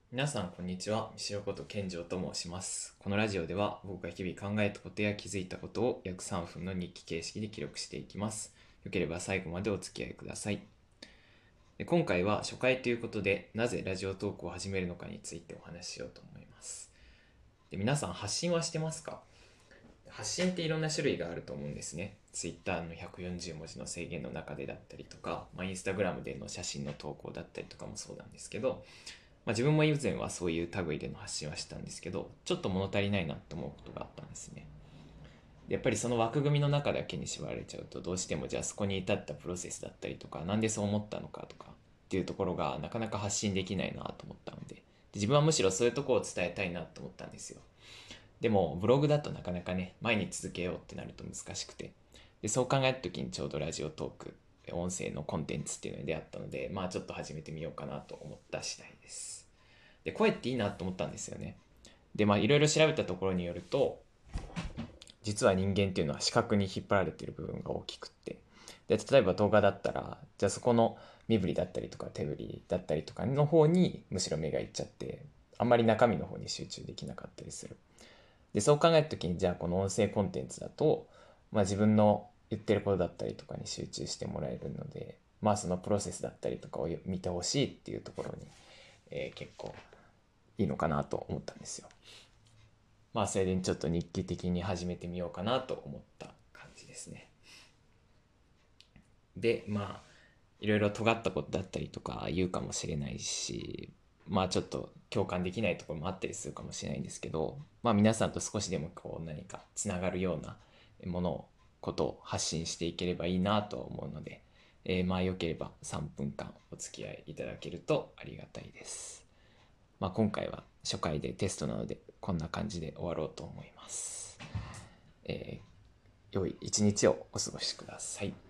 皆さんこんにちは。三代こと健城と申します。このラジオでは僕が日々考えたことや気づいたことを約3分の日記形式で記録していきます。よければ最後までお付き合いください。今回は初回ということで、なぜラジオトークを始めるのかについてお話ししようと思います。皆さん発信はしてますか？発信っていろんな種類があると思うんですね。Twitter の140文字の制限の中でだったりとか、Instagram での写真の投稿だったりとかもそうなんですけど、自分も以前はそういう類での発信はしたんですけど、ちょっと物足りないなと思うことがあったんですね。でやっぱりその枠組みの中だけに縛られちゃうと、どうしてもじゃあそこに至ったプロセスだったりとか、なんでそう思ったのかとかっていうところがなかなか発信できないなと思ったので、自分はむしろそういうところを伝えたいなと思ったんですよ。でもブログだとなかなかね、前に続けようってなると難しくて、でそう考えた時にちょうどラジオトーク、音声のコンテンツっていうのに出会ったので、ちょっと始めてみようかなと思った次第です。で声っていいなと思ったんですよね。でいろいろ調べたところによると、実は人間っていうのは視覚に引っ張られている部分が大きくって、で例えば動画だったら、じゃあそこの身振りだったりとか手振りだったりとかの方にむしろ目がいっちゃって、あんまり中身の方に集中できなかったりする。でそう考えた時に、じゃあこの音声コンテンツだと、自分の言ってることだったりとかに集中してもらえるので、そのプロセスだったりとかを見てほしいっていうところに、結構いいのかなと思ったんですよ。それでちょっと日記的に始めてみようかなと思った感じですね。でいろいろ尖ったことだったりとか言うかもしれないし、ちょっと共感できないところもあったりするかもしれないんですけど、皆さんと少しでもこう何かつながるようなものをことを発信していければいいなと思うので、よければ3分間お付き合いいただけるとありがたいです。今回は初回でテストなのでこんな感じで終わろうと思います。良い一日をお過ごしください。